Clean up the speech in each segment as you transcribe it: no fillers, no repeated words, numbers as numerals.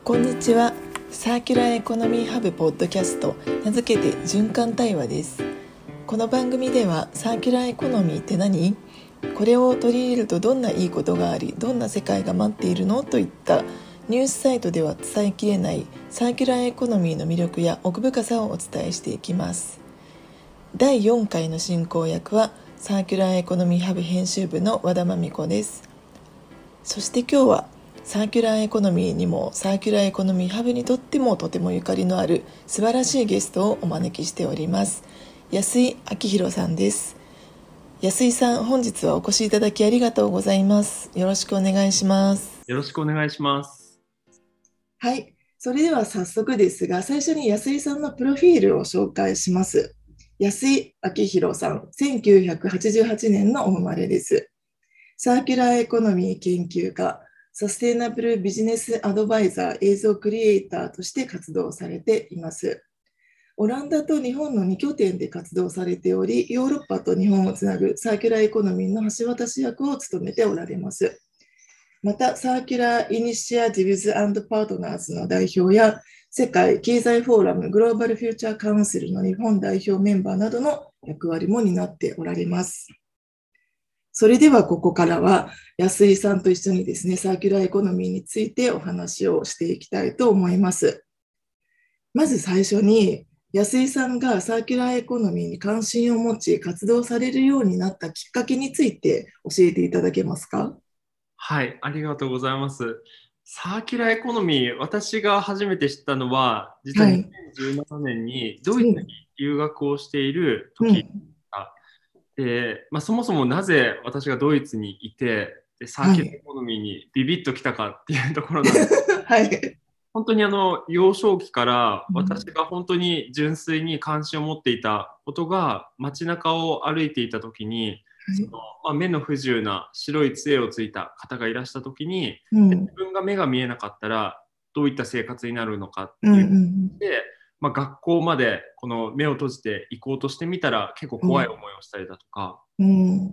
こんにちは。サーキュラーエコノミーハブポッドキャスト、名付けて循環対話です。この番組ではサーキュラーエコノミーって何？これを取り入れるとどんないいことがあり、どんな世界が待っているのといったニュースサイトでは伝えきれないサーキュラーエコノミーの魅力や奥深さをお伝えしていきます。第4回の進行役はサーキュラーエコノミーハブ編集部の和田真美子です。そして今日はサーキュラーエコノミーにもサーキュラーエコノミーハブにとってもとてもゆかりのある素晴らしいゲストをお招きしております。安井明弘さんです。安井さん、本日はお越しいただきありがとうございます。よろしくお願いします。 よろしくお願いします。 はい、それでは早速ですが、最初に安井さんのプロフィールを紹介します。安井明弘さん、1988年のお生まれです。サーキュラーエコノミー研究家、サステナブルビジネスアドバイザー、映像クリエイターとして活動されています。オランダと日本の2拠点で活動されており、ヨーロッパと日本をつなぐサーキュラーエコノミーの橋渡し役を務めておられます。また、サーキュラーイニシアティブズ&パートナーズの代表や、世界経済フォーラムグローバルフューチャーカウンシルの日本代表メンバーなどの役割も担っておられます。それではここからは安井さんと一緒にですね、サーキュラーエコノミーについてお話をしていきたいと思います。まず最初に、安井さんがサーキュラーエコノミーに関心を持ち活動されるようになったきっかけについて教えていただけますか？ はい、ありがとうございます。サーキュラーエコノミー、私が初めて知ったのは、実ははい。 2017年にドイツにうん。 留学をしている時うん。 で、そもそもなぜ私がドイツにいて、サーキュラーエはい。 コノミーにビビッときたかっていうところなんです。 はい。 本当に幼少期から私うん。 が本当に純粋に関心を持っていたことが、街中を歩いていた時に、 はい。 目の不自由な白い杖をついた方がいらした時に、自うん。 分が目が見えなかったらどういった生活になるのかっうん。 ていううん。 で、学校までこの目を閉じて行こうとしてみたら結構怖い思いをしたりだとか、 うん。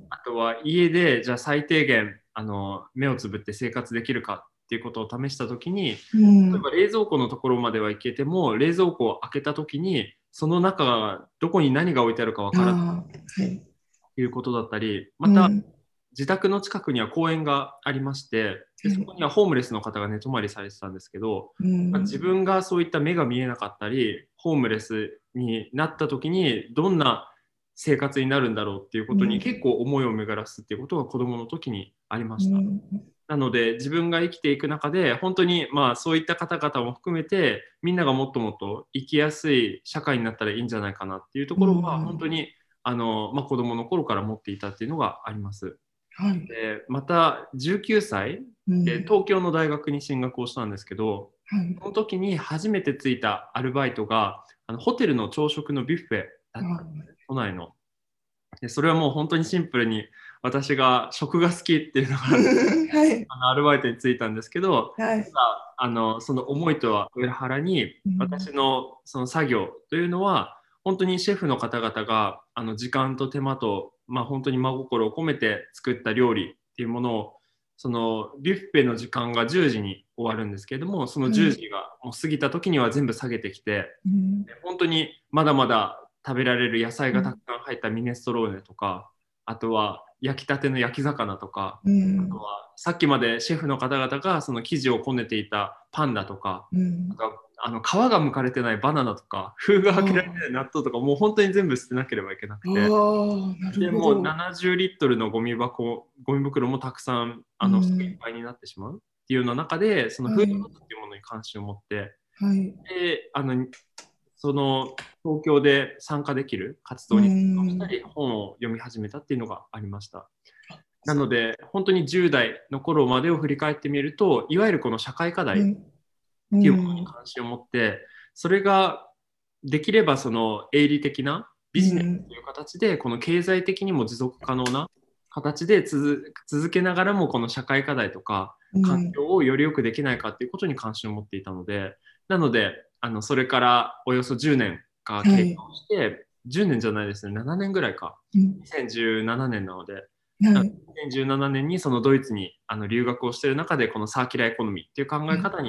あとは家でじゃあ最低限目をつぶって生活できるかっていうことを試した時に、例うん。 えば冷蔵庫のところまでは行けても、冷蔵庫を開けた時にその中がどこに何が置いてあるかわあからないあ、はい。 ということだったり、またうん。 自宅の近くには公園がありまして、でそこにはホームレスの方が寝泊まりされてたんですけど、 うん。 自分がそういった目が見えなかったりホームレスになった時にどんな生活になるんだろうっていうことにうん。 結構思いを巡らすっていうことが子どもの時にありまうした。 ん。 なので自分が生きていく中で本当にそういった方々も含めてみんながもっともっと生きやすい社会になったらいいんじゃないかなっていうとうころは本当ん。 に子供の頃から持っていたっていうのがあります。 はい。 でまた19歳でうん。 東京の大学に進学をしたんですけど、 はい。 その時に初めてついたアルバイトがホテルの朝食のビュッフェだったんですね、都内の。でそれはもう本当にシンプルに私が食が好きっていうのがあってはい。 アルバイトに就いたんですけど、 はい。 その思いとは裏腹にうん。 私のその作業というのは本当にシェフの方々が時間と手間と、本当に真心を込めて作った料理っていうものを、そのビュッフェの時間が10時に終わるんですけれども、その10 はい。 時がもう過ぎた時には全部下げてきて、 うん。 本当にまだまだ食べられる野菜うん。 がたくさん入ったミネストローネとか、あとは焼きたての焼き魚とか、 うん。 あとはさっきまでシェフの方々がその生地をこねていたパンダとか、 うん。 あとは皮が剥かれてないバナナとか、封が開けられてない納豆とか、もう本当に全部捨てなければいけなくあて、 あ、なるでもうほど。 70リットルのゴミ袋もたくさんうすぐいっん。 ぱいになってしまうっていうような中で、そのフードロはい。 スっていうものに関心を持って、 はい。 でその東京で参加できる活う動に参加したん。 り、本を読み始めたっていうのがありました。 あ、 なので、本当に10代の頃までを振り返ってみると、いわゆるこの社会課題っはい。うていうものにん。 関心を持って、それができればその営利的なビジネスうん。 という形で、この経済的にも持続可能な形で続けながらも、この社会課題とか環うん。 境をより良くできないかっていうことに関心を持っていたので、なので、それからおよそ10年が経過はい。 をして、10年じゃないですね、7年ぐらいか。 うん。 2017年なので、 はい。 2017年にそのドイツに留学をしている中で、このサーキュラーエコノミーっていう考え方に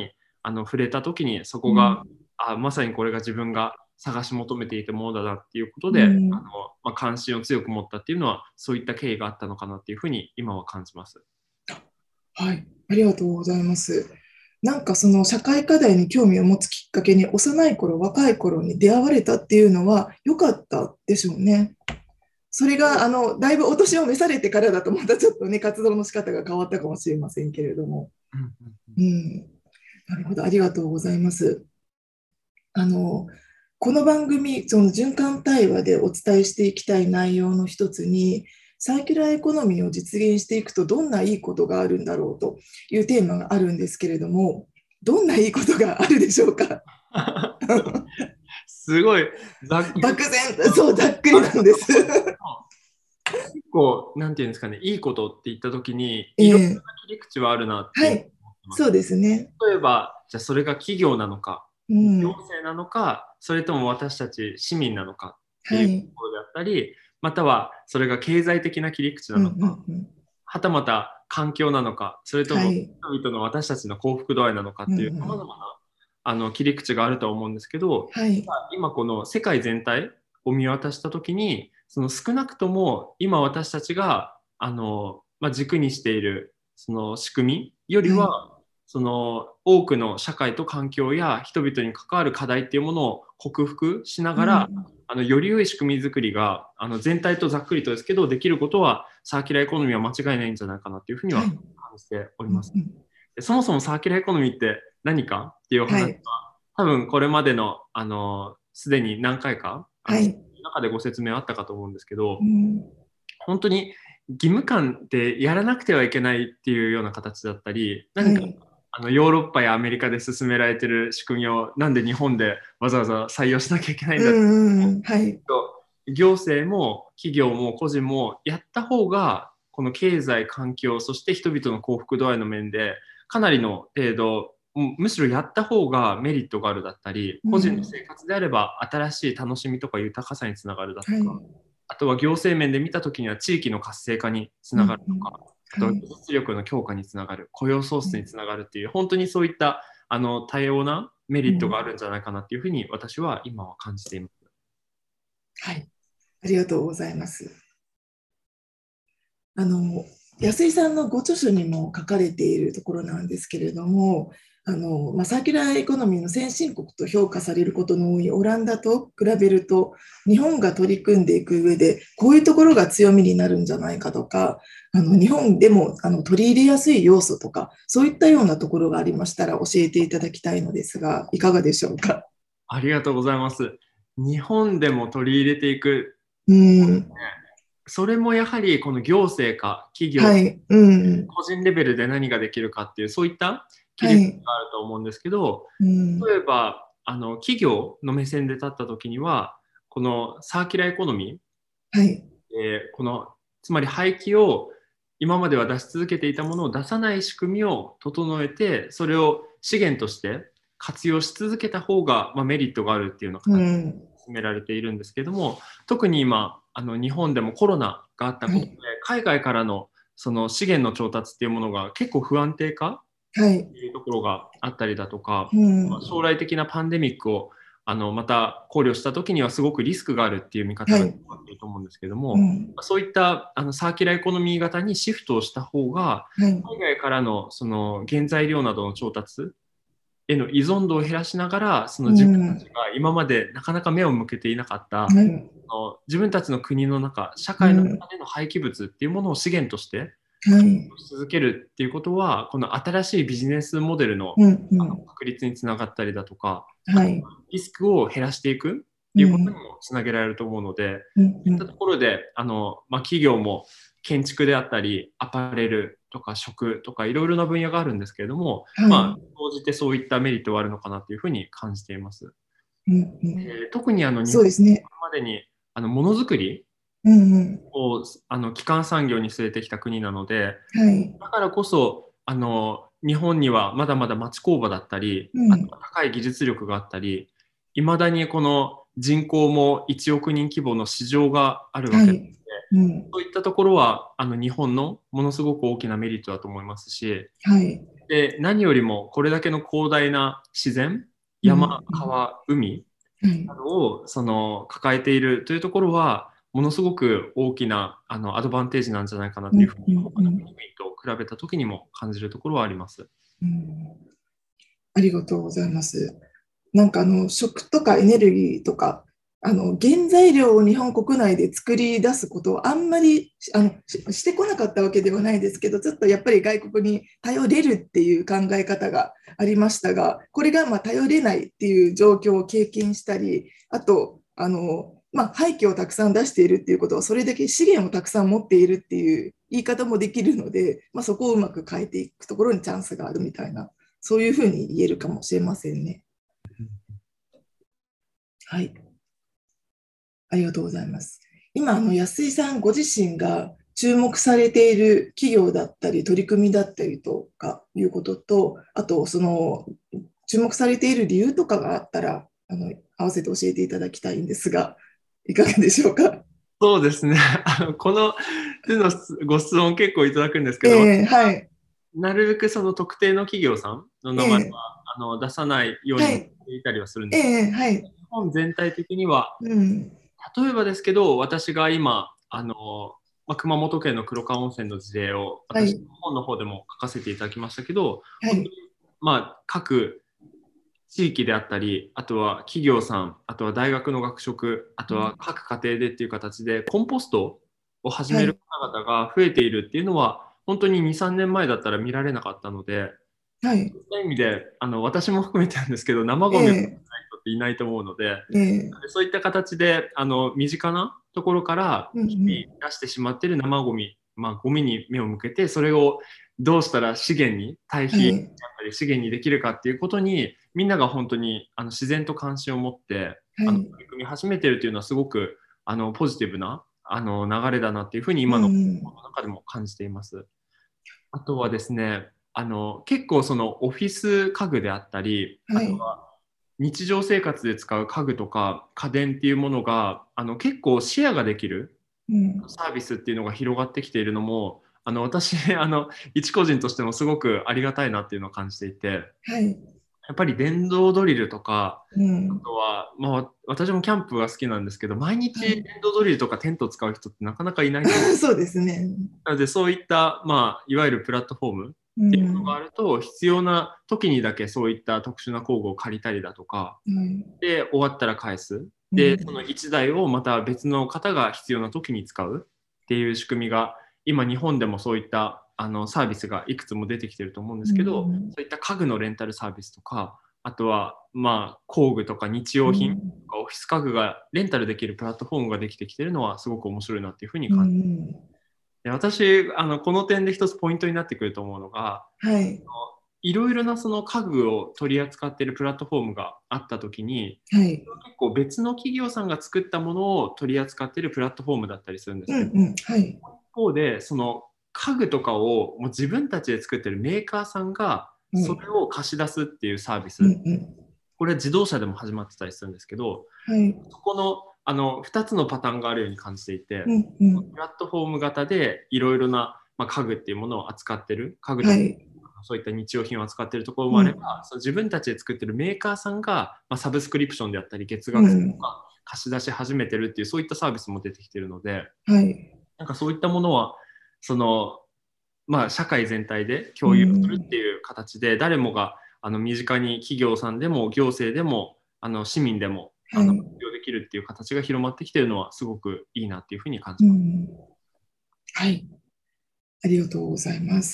触れた時にそこが、 うんまさにこれが自分が探し求めていたものだなっていうことで、 うん関心を強く持ったっていうのはそういった経緯があったのかなっていうふうに今は感じます。 はい、ありがとうございます。なんかその社会課題に興味を持つきっかけに幼い頃、若い頃に出会われたっていうのは良かったでしょうね。それがだいぶお年を召されてからだとまたちょっとね、活動の仕方が変わったかもしれませんけれども。 うんうんうんうん、なるほど、ありがとうございます。あの、この番組、その循環対話でお伝えしていきたい内容の一つに、サーキュラーエコノミーを実現していくとどんないいことがあるんだろうというテーマがあるんですけれども、どんないいことがあるでしょうか？ すごいざっくり。 漠然、そう、ざっくりなんです。 結構、なんていうんですかね、いいことって言ったときに、 えいろんなえ、 切り口はあるなっていうふうにはい、 思ってます。 そうですね。 例えば、じゃあそれが企業なのか、 う行ん、 政なのか、それとも私たち市民なのかっていうとはい、 ころであったり、またはそれが経済的な切り口なうん、うのか、 ん、うん、 はたまた環境なのか、それともはい、 人々の私たちの幸福度合いなのかうん、 っていううん、 さまざまな切り口があると思うんですけど、 はい、 今この世界全体を見渡したときに、その少なくとも今私たちが軸にしているその仕組みよりは、 はい、 その多くの社会と環境や人々に関わる課題っていうものを克服しながら、 うん、 より良い仕組み作りが全体とざっくりとですけどできることはサーキュラーエコノミーは間違いないんじゃないかなというふうにははい、 感じておりうん、 ます。 うん、 でそもそもサーキュラーエコノミーって何かっていうお話ははい、 多分これまでのすでに何回かはい、 中でご説明あったかと思うんですけど、 うん、 本当に義務感でやらなくてはいけないっていうような形だったり、何かはい、 ヨーロッパやアメリカで進められてる仕組みをなんで日本でわざわざ採用しなきゃいけないんうだってん、うん、はい、 行政も企業も個人もやった方がこの経済環境そして人々の幸福度合いの面でかなりの程度むしろやった方がメリットがあるだったり個人のうん、 生活であれば新しい楽しみとか豊かさにつながるだとはい、 か、あとは行政面で見たときには地域の活性化につうん、 ながるうん、 とか、あとは技はい、 術力の強化につながる、雇用創出につながるっていう、本当にそういった多様なメリットがあるんじゃないかなっていうふうに私は今は感じています。 はい、ありがとうございます。あの、安井さんのご著書にも書かれているところなんですけれども、サーキュラーエコノミーの先進国と評価されることの多いオランダと比べると、日本が取り組んでいく上で、こういうところが強みになるんじゃないかとか、日本でも取り入れやすい要素とか、そういったようなところがありましたら教えていただきたいのですが、いかがでしょうか。 ありがとうございます。日本でも取り入れていく、 うん、 それもやはりこの行政か企業、 はい、うん、 個人レベルで何ができるかっていう、そういった切り口はい、 があると思うんですけど、 うん、 例えば企業の目線で立った時には、このサーキュラーエコノミはい、 ー、つまり廃棄を今までは出し続けていたものを出さない仕組みを整えて、それを資源として活用し続けた方が、メリットがあるっていうような形でうん、 進められているんですけども、特に今日本でもコロナがあったことで、 はい、 海外からのその資源の調達っていうものが結構不安定化はい、 っていうところがあったりだとか、 うん、 将来的なパンデミックをまた考慮したときにはすごくリスクがあるっていう見方が広はい、 がっていると思うんですけども、 うん、 そういったサーキュラーエコノミー型にシフトをした方が、 はい、 海外からのその原材料などの調達への依存度を減らしながら、そのう自分たちん、 が今までなかなか目を向けていなかったはい、 自分たちの国の中、社会のうん、 中での廃棄物っていうものを資源としてはい、 し続けるっていうことは、この新しいビジネスモデルのうん、うん、 確立につながったりだとか、あとはい、 リスクを減らしていくっていうことにうん、 もつなげられると思うので、 うん、 そういったところで企業も建築であったり、アパレルとか食とかいろいろな分野があるんですけれども、 はい、 総じてそういったメリットはあるのかなというふうに感じています。 うん、うん、 特に日本そうですね。 までにものづくりうん、うん、 を基幹産業に据えてきた国なので、 はい、 だからこそ日本にはまだまだ町工場だったり、 うん、 あとは高い技術力があったり、いまだにこの人口も1億人規模の市場があるわけなので、 はい、うん、 そういったところは日本のものすごく大きなメリットだと思いますし、 はい、 で、何よりもこれだけの広大な自然、 うん山、川、海はいなどを抱えているというところは、ものすごく大きなアドバンテージなんじゃないかなうんというふうに、 うんうん他の国々と比べたときにも感じるところはあります。 うんありがとうございます。なんか食とかエネルギーとか原材料を日本国内で作り出すことをあんまりしてこなかったわけではないですけど、ずっとやっぱり外国に頼れるっていう考え方がありましたが、これがまあ頼れないっていう状況を経験したり、あと廃棄をたくさん出しているっていうことは、それだけ資源をたくさん持っているっていう言い方もできるので、そこをうまく変えていくところにチャンスがあるみたいな、そういうふうに言えるかもしれませんね。はい。ありがとうございます。今、安井さんご自身が注目されている企業だったり、取り組みだったりとかいうことと、あと、注目されている理由とかがあったら、合わせて教えていただきたいんですが、いかがでしょうか。 そうですね。この手のご質問結構いただくんですけど、 はい。 なるべくその特定の企業さんの名前は、出さないようにしはい。 ていたりはするんですけど、 はい。 日本全体的には、 うん。 例えばですけど、私が今、熊本県の黒川温泉の事例を、私のはい。 本の方でも書かせていただきましたけど、本当に、 はい。 各地域であったり、あとは企業さん、あとは大学の学食、あとは各家庭でっていう形で、コンポストを始めるはい。 方々が増えているっていうのは、本当に2、3年前だったら見られなかったので、 はい。 そういう意味で、私も含めてなんですけど、生ゴミを出さない人っていないと思うので、そういった形で身近なところからうんうん。 出してしまっている生ゴミ、ゴミに目を向けて、それをどうしたら資源に、対比だっはい。 たり資源にできるかっていうことに、みんなが本当に自然と関心を持ってはい。 取り組み始めているというのは、すごくポジティブな流れだなっていうふうに、 う今のん。 中でも感じています。あとはですね、結構そのオフィス家具であったり、あとはい。 は日常生活で使う家具とか家電っていうものが結構シェアができるうん。 サービスっていうのが広がってきているのも私一個人としてもすごくありがたいなっていうのを感じていて、 はい。 やっぱり電動ドリルとか、 うん。 あとは、私もキャンプが好きなんですけど、毎日電はい。 動ドリルとかテントを使う人ってなかなかいないと思う。 そうですね。 なので、そういった、いわゆるプラットフォームうっていうものがあん。 ると、必要な時にだけそういった特殊な工具を借りたりだとか、 うん。 で、終わったら返す。で、そのうん。 1台をまた別の方が必要な時に使うっていう仕組みが、今日本でもそういったサービスがいくつも出てきてると思うんでうすけど、 ん。 そういった家具のレンタルサービスとか、あとは、工具とか日用品とうん。 かオフィス家具がレンタルできるプラットフォームができてきてるのはすごく面白いなっていうふうにう感じん。 で、私、この点で一つポイントになってくると思うのが、 はい。 いろいろなその家具を取り扱っているプラットフォームがあったときに、 はい。 結構別の企業さんが作ったものを取り扱っているプラットフォームだったりするんですけど、一うんうん。はい。 方で、その家具とかをもう自分たちで作っているメーカーさんがはい。 それを貸し出すっていうサービうんス、 うん。 これは自動車でも始まってたりするんですけど、 はい。 そこの2つのパターンがあるように感じていて、 うんうん。 プラットフォーム型でいろいろな、家具っていうものを扱ってる、家具とかはい。 そういった日用品を扱っているところもあれば、 うん。 その自分たちで作ってるメーカーさんが、サブスクリプションであったり、月額とうん。 か貸し出し始めてるっていう、そういったサービスも出てきてるので、 はい。 なんかそういったものは、その、社会全体でう共有するん。 っていう形で、誰もが身近に企業さんでも行政でも市民でもはい。 活用できるっていう形が広まってきてるのはすごくいいなっていうふうに感じます。 うん。はい。ありがとうございます。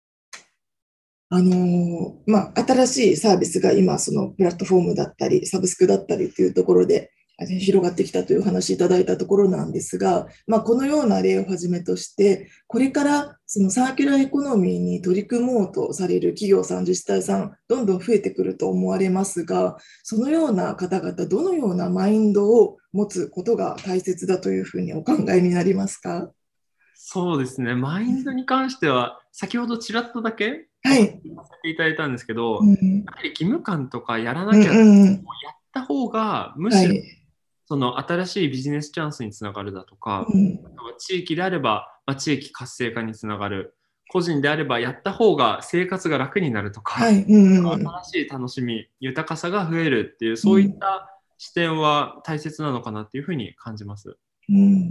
新しいサービスが今、そのプラットフォームだったり、サブスクだったりというところで広がってきたというお話いただいたところなんですが、このような例をはじめとして、これからそのサーキュラーエコノミーに取り組もうとされる企業さん、自治体さん、どんどん増えてくると思われますが、そのような方々、どのようなマインドを持つことが大切だというふうにお考えになりますか？ そうですね、マインドに関しては、先ほどちらっとだけお話しはい。 させていただいたんですけど、 うん。 やはり義務感とかやらうんなきゃ、やうん。 った方が、むしろはい。 その新しいビジネスチャンスにつながるだとか、 うん。 地域であれば、地域活性化につながる。 個人であればやった方が生活が楽になるとか、 はい。うんうん新しい楽しみ、豊かさが増えるっていう、そういっうんた視点は大切なのかなっていうふうに感じます。 うん。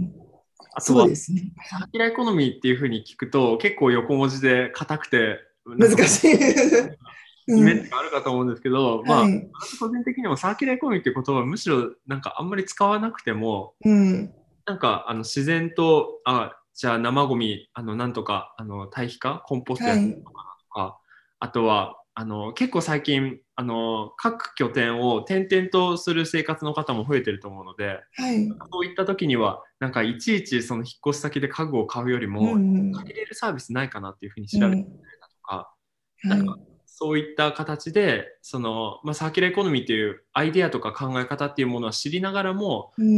そうあとは、 ですね。 サーキュラーエコノミーっていうふうに聞くと、結構横文字で硬くて、なんか難しい。 イメーうん。 ジがあるかと思うんですけど、まあ、 はい。 私個人的にもサーキュラーエコノミーっていう言葉はむしろなんかあんまり使わなくても、 うん。 なんか自然と、じゃあ生ゴミ、なんとか堆肥化、コンポストやってるはい。 のかなとか、あとは結構最近各拠点を転々とする生活の方も増えてると思うので、 はい。 そういった時には、なんかいちいちその引っ越し先で家具を買うよりうも、 ん。 借りれるサービスないかなっていうふうに調べてみうん。 たりだとか、なんかはい。 そういった形で、サーキュラーエコノミーというアイデアとか考え方っていうものは知りながらも、 うん。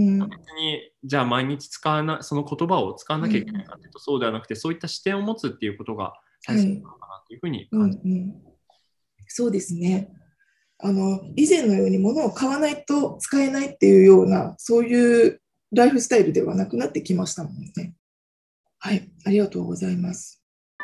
別にじゃあ毎日使わな、その言葉を使わなきゃいはい。 けないかっていうとそうではなくて、そういった視点を持つっていうことが大切はい。 なのかなっていうふうにうん。 感じうん。そうですね。以前のように物を買わないと使えないっていうような、そういうライフスタイルではなくなってきましたもんね。はい。ありがとうございます。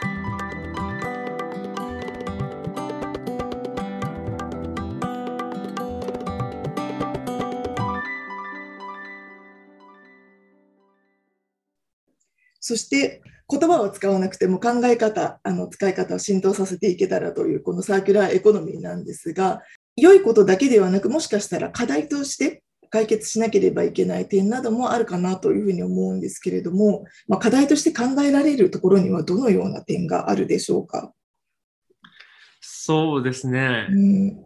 そして言葉を使わなくても考え方、使い方を浸透させていけたらというこのサーキュラーエコノミーなんですが、良いことだけではなく、もしかしたら課題として解決しなければいけない点などもあるかなというふうに思うんですけれども、課題として考えられるところにはどのような点があるでしょうか。 そうですね。 うん、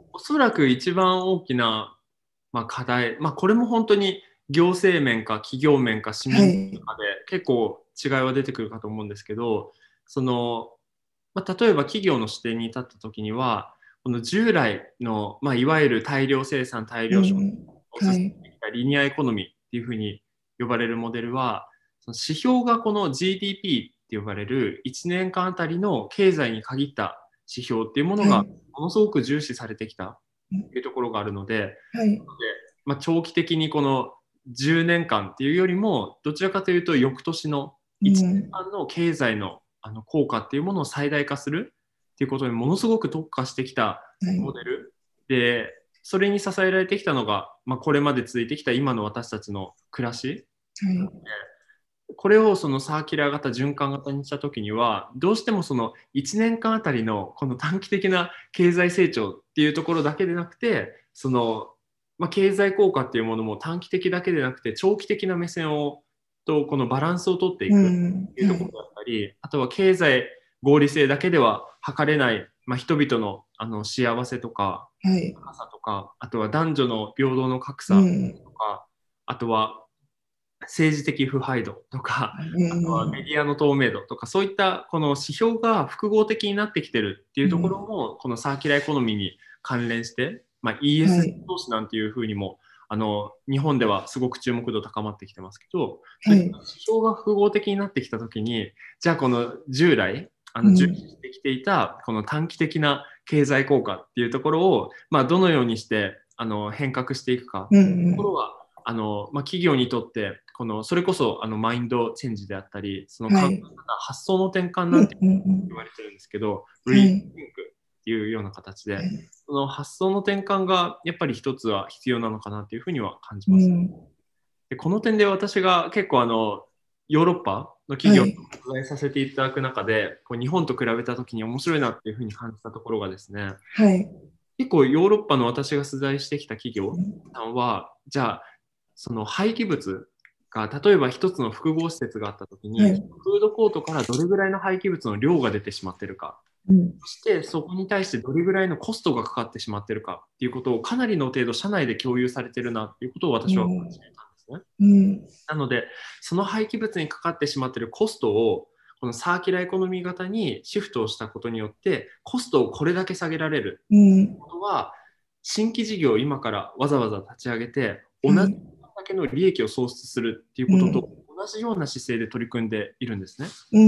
おそらく一番大きな、課題、これも本当に行政面か企業面か市民面はい、 かで結構違いは出てくるかと思うんですけど、その例えば企業の視点に立った時には、この従来の、いわゆる大量生産、大量消費うん、 を進はい、 めてきたリニアエコノミーっていうふうに呼ばれるモデルは、その指標がこの GDP って呼ばれる1年間あたりの経済に限った指標っていうものがはい、 ものすごく重視されてきたっていうところがあるので、 はい、 長期的にこの10年間っていうよりも、どちらかというと翌年の1年うん、 間の経済の効果っていうものを最大化するっていうことにものすごく特化してきたはい、 モデルで、それに支えられてきたのが、これまで続いてきた今の私たちの暮らし。 はい、 これをそのサーキュラー型、循環型にしたときには、どうしてもその1年間あたりのこの短期的な経済成長っていうところだけでなくて、経済効果っていうものも短期的だけでなくて、長期的な目線をとこのバランスをとっていうくん、 っていうところだったり、あとは経済合理性だけでは測れない、人々の幸せとか、 はい、 高さとか、あとは男女の平等の格差うん、 とか、あとは政治的腐敗度とか、 うあとはメん、 ディアの透明度とか、そういったこの指標が複合的になってきてるっていうところうん、 も、このサーキュラーエコノミーに関連して、 は ESG い、 投資なんていうふうにも、日本ではすごく注目度高まってきてますけど、そういったはい、 指標が複合的になってきたときに、じゃあこの従来、重視うん、 してきていたこの短期的な経済効果っていうところを、どのようにして変革していくかうっていうところん、 は企業にとってそれこそマインドチェンジであったり、その考え方、 はい、 発想の転換うん、 なんてうん、 言われてるんですけど、 はい、 リーシンクっていうような形で、 はい、 その発想の転換がやっぱり一つは必要なのかなっていうふうには感じます。 うん、 でこの点で私が結構ヨーロッパの企業をはい、 取材させていただく中で、こう日本と比べたときに面白いなっていうふうに感じたところがですね、 はい、 結構ヨーロッパの私が取材してきた企業さんは、じゃあ、その廃棄物が、例えば一つの複合施設があったときに、 はい、 フードコートからどれぐらいの廃棄物の量が出てしまっているか、 うん、 そしてそこに対してどれぐらいのコストがかかってしまっているかっていうことをかなりの程度社内で共有されているなっていうことを私は感じていたんですね。 うん、 なので、その廃棄物にかかってしまっているコストを、このサーキュラーエコノミー型にシフトをしたことによって、コストをこれだけ下げられるうん、 ことは、新規事業を今からわざわざ立ち上げて、同じはい、 だけの利益を創出するっていうことと同じような姿勢で取り組んでいるんですね。 うん、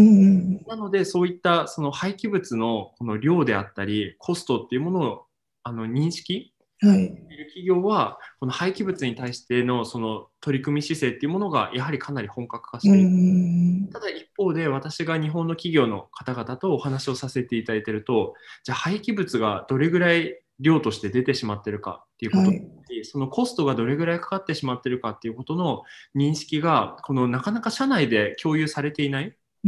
なので、そういったその廃棄物のこの量であったり、コストっていうものを認識はい。 いる企業は、この廃棄物に対してのその取り組み姿勢っていうものがやはりかなり本格化しうている。 ん。 ただ一方で私が日本の企業の方々とお話をさせていただいていると、じゃあ廃棄物がどれぐらい量として出てしまっているかっていうことはい。 そのコストがどれぐらいかかってしまっているかっていうことの認識がこのなかなか社内で共有されていないっうん。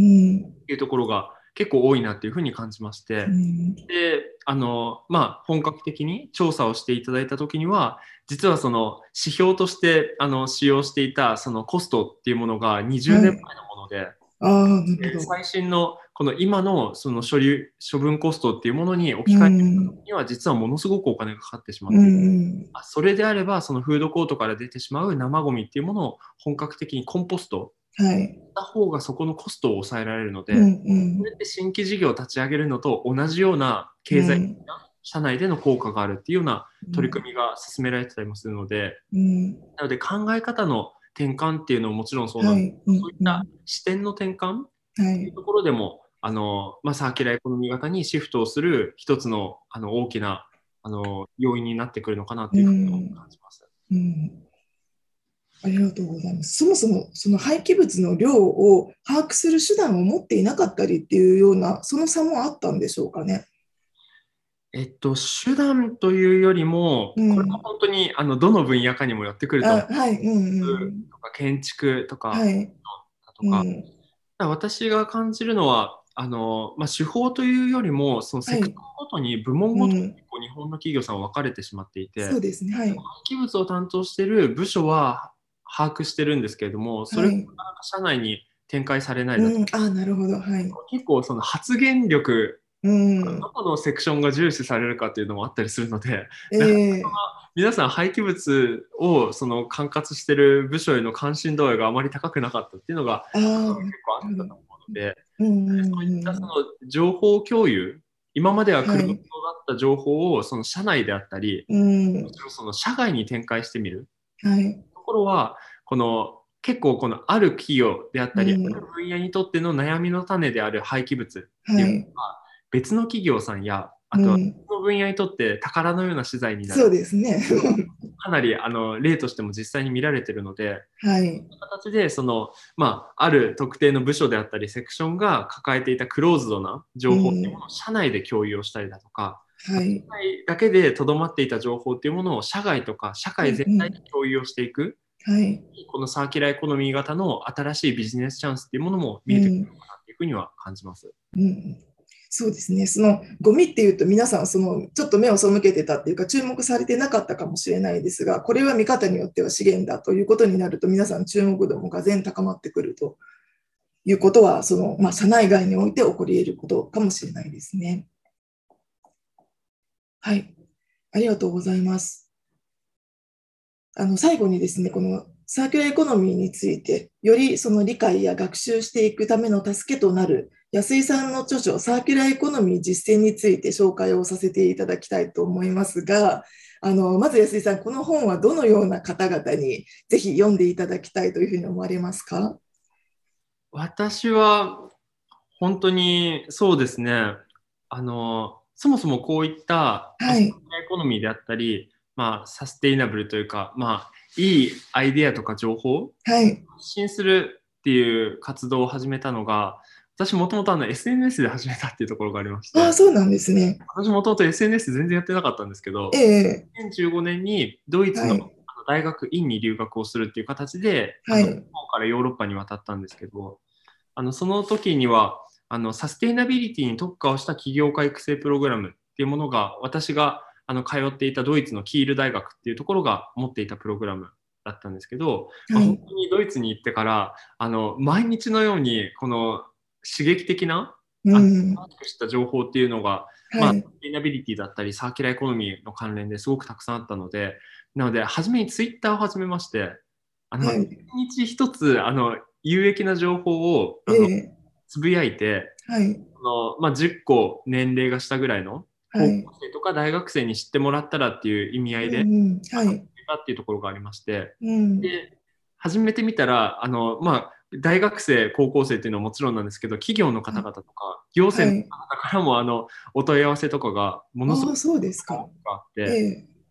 ていうところが結構多いなっていうふうに感じましうて、 ん。 で、本格的に調査をしていただいたときには、実はその指標として使用していたそのコストっていうものが20年前はい。 のもので、 ああ、なるほど。 最新のこの今のその処分コストっていうものに置うき換えていったん。 時には、実はものすごくお金がかかってしまっうている。 ん。 それであれば、そのフードコートから出てしまう生ゴミっていうものを本格的にコンポストはい。 した方がそこのコストを抑えられるのうん。 で、 うん。 これって新規事業を立ち上げるのと同じような経済的うん。 な社内での効果があるっていうようなうん。 取り組みが進められてたりもするので、 うん。 なので考え方の転換っていうのももちろんそうなんですけはい。うど、 ん。 そういったうん。 視点の転換っはい。 ていうところでも、サーキュラーエコノミー型にシフトをする一つの大きな要因になってくるのかなっうていうふうにん。 感じます。 うん。ありがとうございます。そもそもその廃棄物の量を把握する手段を持っていなかったりっていうような、その差もあったんでしょうかね。 手段というよりも、これはうん。 本当にどの分野かにもよってくると思う。 はい。うん。 とか建築とかはい。 とか、 うん。 私が感じるのは、手法というよりも、そのセクトはい。 ごとに、部門ごとにうん。 結構日本の企業さん分かれてしまっていて、 そうですね。はい。 廃棄物を担当している部署は把握してるんですけれども、それがなはい。 かなか社内に展開されないだとか、 うん。あ、なるほど。はい。 結構その発言力、 うん。 どこのセクションが重視されるかっていうのもあったりするので、なかなかええ、 皆さん廃棄物をその管轄している部署への関心度合いがあまり高くなかったっていうのがああ、な結構あるほど。 ったと思うので、 うん。うそういったそん。うん。 の情報共有、今まではクローズドだはい。 った情報をその社内であったり、 うん。 むしろその社外に展開してみるはい。 ところは、この結構このある企業であったり、あるうん。 分野にとっての悩みの種である廃棄物っていうのはい。 は、別の企業さんや、あとは別うん。 の分野にとって宝のような資材になるそうですね。 っていうのが、かなり例としても実際に見られているので、 はい。 形でその、ある特定の部署であったりセクションが抱えていたクローズドなう情報っていうものん。 を社内で共有をしたりだとか、社はい。 内だけでとどまっていた情報っていうものを社外とか社うん。 会全体でうん。 共有をしていく、 はい。 このサーキュラーエコノミー型の新しいビジネスチャンスっていうものも見えてくるうん。 のかなっていうふうには感じます。 うん。そうですね。そのゴミっていうと皆さんそのちょっと目を背けてたっていうか注目されてなかったかもしれないですが、これは見方によっては資源だということになると皆さん注目度もがぜ高まってくるということは、その社内外において起こり得ることかもしれないですね。はい。ありがとうございます。最後にですね、このサーキュラーエコノミーについて、よりその理解や学習していくための助けとなる安井さんの著書、サーキュラーエコノミー実践について紹介をさせていただきたいと思いますが、まず安井さん、この本はどのような方々にぜひ読んでいただきたいというふうに思われますか？ 私は本当にそうですね、そもそもこういったサーキュはい、 ラーエコノミーであったり、サステイナブルというか、いいアイデアとか情報をはい。 発信するっていう活動を始めたのが、私もともとSNS で始めたっていうところがありましああ、 て、 そうなんですね。 私もともと SNS 全然やってなかったんですけど、 ええ、 2015年にドイツのはい、 大学院に留学をするっていう形で、日本はい、 からヨーロッパに渡ったんですけど、その時には、サステイナビリティに特化をした起業家育成プログラムっていうものが、私が通っていたドイツのキール大学っていうところが持っていたプログラムだったんですけど、本はい、 当にドイツに行ってから、毎日のように、この刺激的な、 うん、 新しくした情報っていうのが、サはい、 ステイナビリティだったり、サーキュラーエコノミーの関連ですごくたくさんあったので、なので、初めにツイッターを始めまして、一はい、 日一つ、有益な情報をええ、 つぶやいて、 はい、 10個年齢が下ぐらいの高校はい、 生とか大学生に知ってもらったらっていう意味合いで、 うん、うん、はい、 たっていうところがありまして、 うん、 で、始めてみたら、大学生、高校生っていうのはもちろんなんですけど、企業の方々とか、行政のはい。 方々からも、お問い合わせとかがものすああ、 ごくそうですか。 あって、 ええ、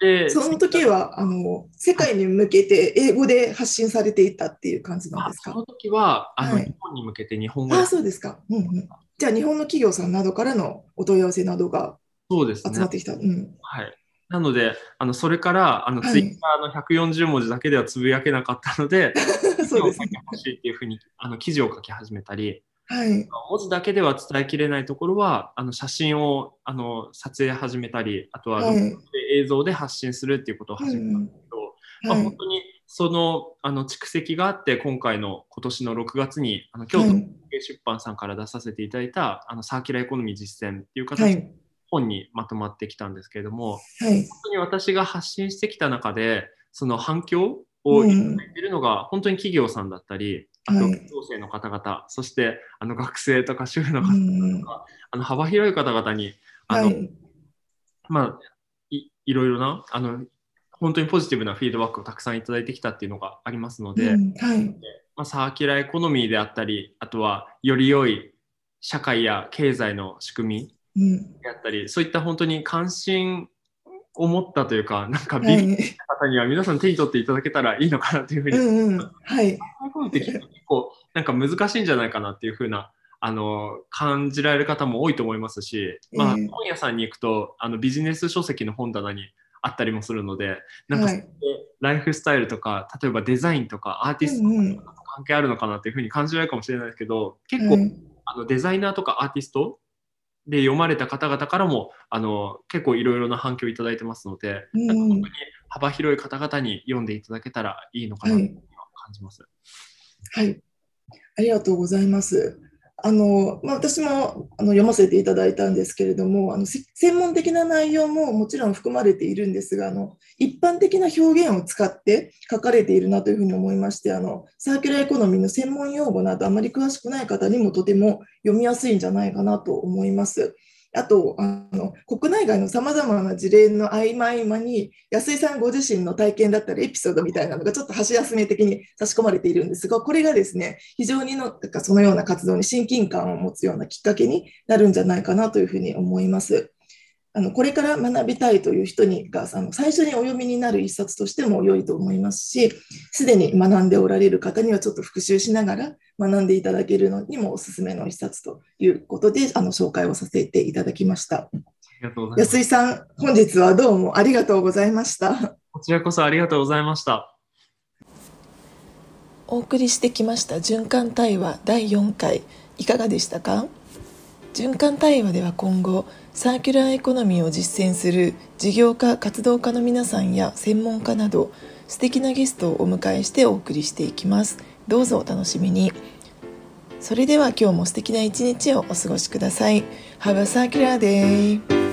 で、 その時は世界に向けて英語で発信されていたっていう感じなんですか？ その時は日はい。 本に向けて日本語で、 ああ、そうですか。うんうん。じゃあ、日本の企業さんなどからのお問い合わせなどがそうですね。 集まってきた。うん。 はい。なので、それから、ツイッはい。 ターの140文字だけではつぶやけなかったので、記事を書いてそうですね。 ほしいっていうふうに、記事を書き始めたり、 はい。 文字だけでは伝えきれないところは、写真を、撮影始めたり、あとは録はい。 音で映像で発信するっていうことを始めたんでうんすけど、 うん。はい。 本当にその、蓄積があって、今年の6月に、京都はい。 出版さんから出させていただいた、サーキュラーエコノミー実践っていう形ではい。 本にまとまってきたんですけれども、 はい。 本当に私が発信してきた中で、その反響うをいただん。 いているのが、本当に企業さんだったり、あと、 はい。 行政の方々、そして学生とか主婦のう方とん。 か、幅広い方々に、あの、 はい。 まあ、いろいろな、本当にポジティブなフィードバックをたくさんいただいてきたっていうのがありますので、 うん。はい。 サーキュラーエコノミーであったり、あとはより良い社会や経済の仕組みうん。 であったり、そういった本当に関心を持ったというか、なんかビビっはい。 た方には皆さん手に取っていただけたらいいのかなというふううに、 んうん。はい。 こういうって聞くと結構なんか難しいんじゃないかなっていうふうな感じられる方も多いと思いますし、本屋さんに行くとビジネス書籍の本棚にあったりもするので、なんかはい。 ライフスタイルとか、例えばデザインとかアーティうストとんうん。 か関係あるのかなっていうふうに感じられるかもしれないですけど、結構はい。 デザイナーとかアーティストで読まれた方々からも結構いろいろな反響をいただいてますので、 うなんか本当にん。 幅広い方々に読んでいただけたらいいのかなとはい。 感じます。 はい。ありがとうございます。私も読ませていただいたんですけれども、専門的な内容ももちろん含まれているんですが、一般的な表現を使って書かれているなというふうに思いまして、サーキュラーエコノミーの専門用語などあまり詳しくない方にもとても読みやすいんじゃないかなと思います。あと国内外のさまざまな事例の合間合間に安井さんご自身の体験だったりエピソードみたいなのがちょっと箸休め的に差し込まれているんですが、これがですね非常になんかそのような活動に親近感を持つようなきっかけになるんじゃないかなというふうに思います。これから学びたいという人が最初にお読みになる一冊としても良いと思いますし、すでに学んでおられる方にはちょっと復習しながら学んでいただけるのにもおすすめの一冊ということで紹介をさせていただきました。 ありがとうございます。 安井さん、本日はどうもありがとうございました。 こちらこそありがとうございました。 お送りしてきました循環対話第4回、いかがでしたか？循環対話では今後サーキュラーエコノミーを実践する事業家活動家の皆さんや専門家など素敵なゲストをお迎えしてお送りしていきます。どうぞお楽しみに。それでは今日も素敵な一日をお過ごしください。Have a circular day!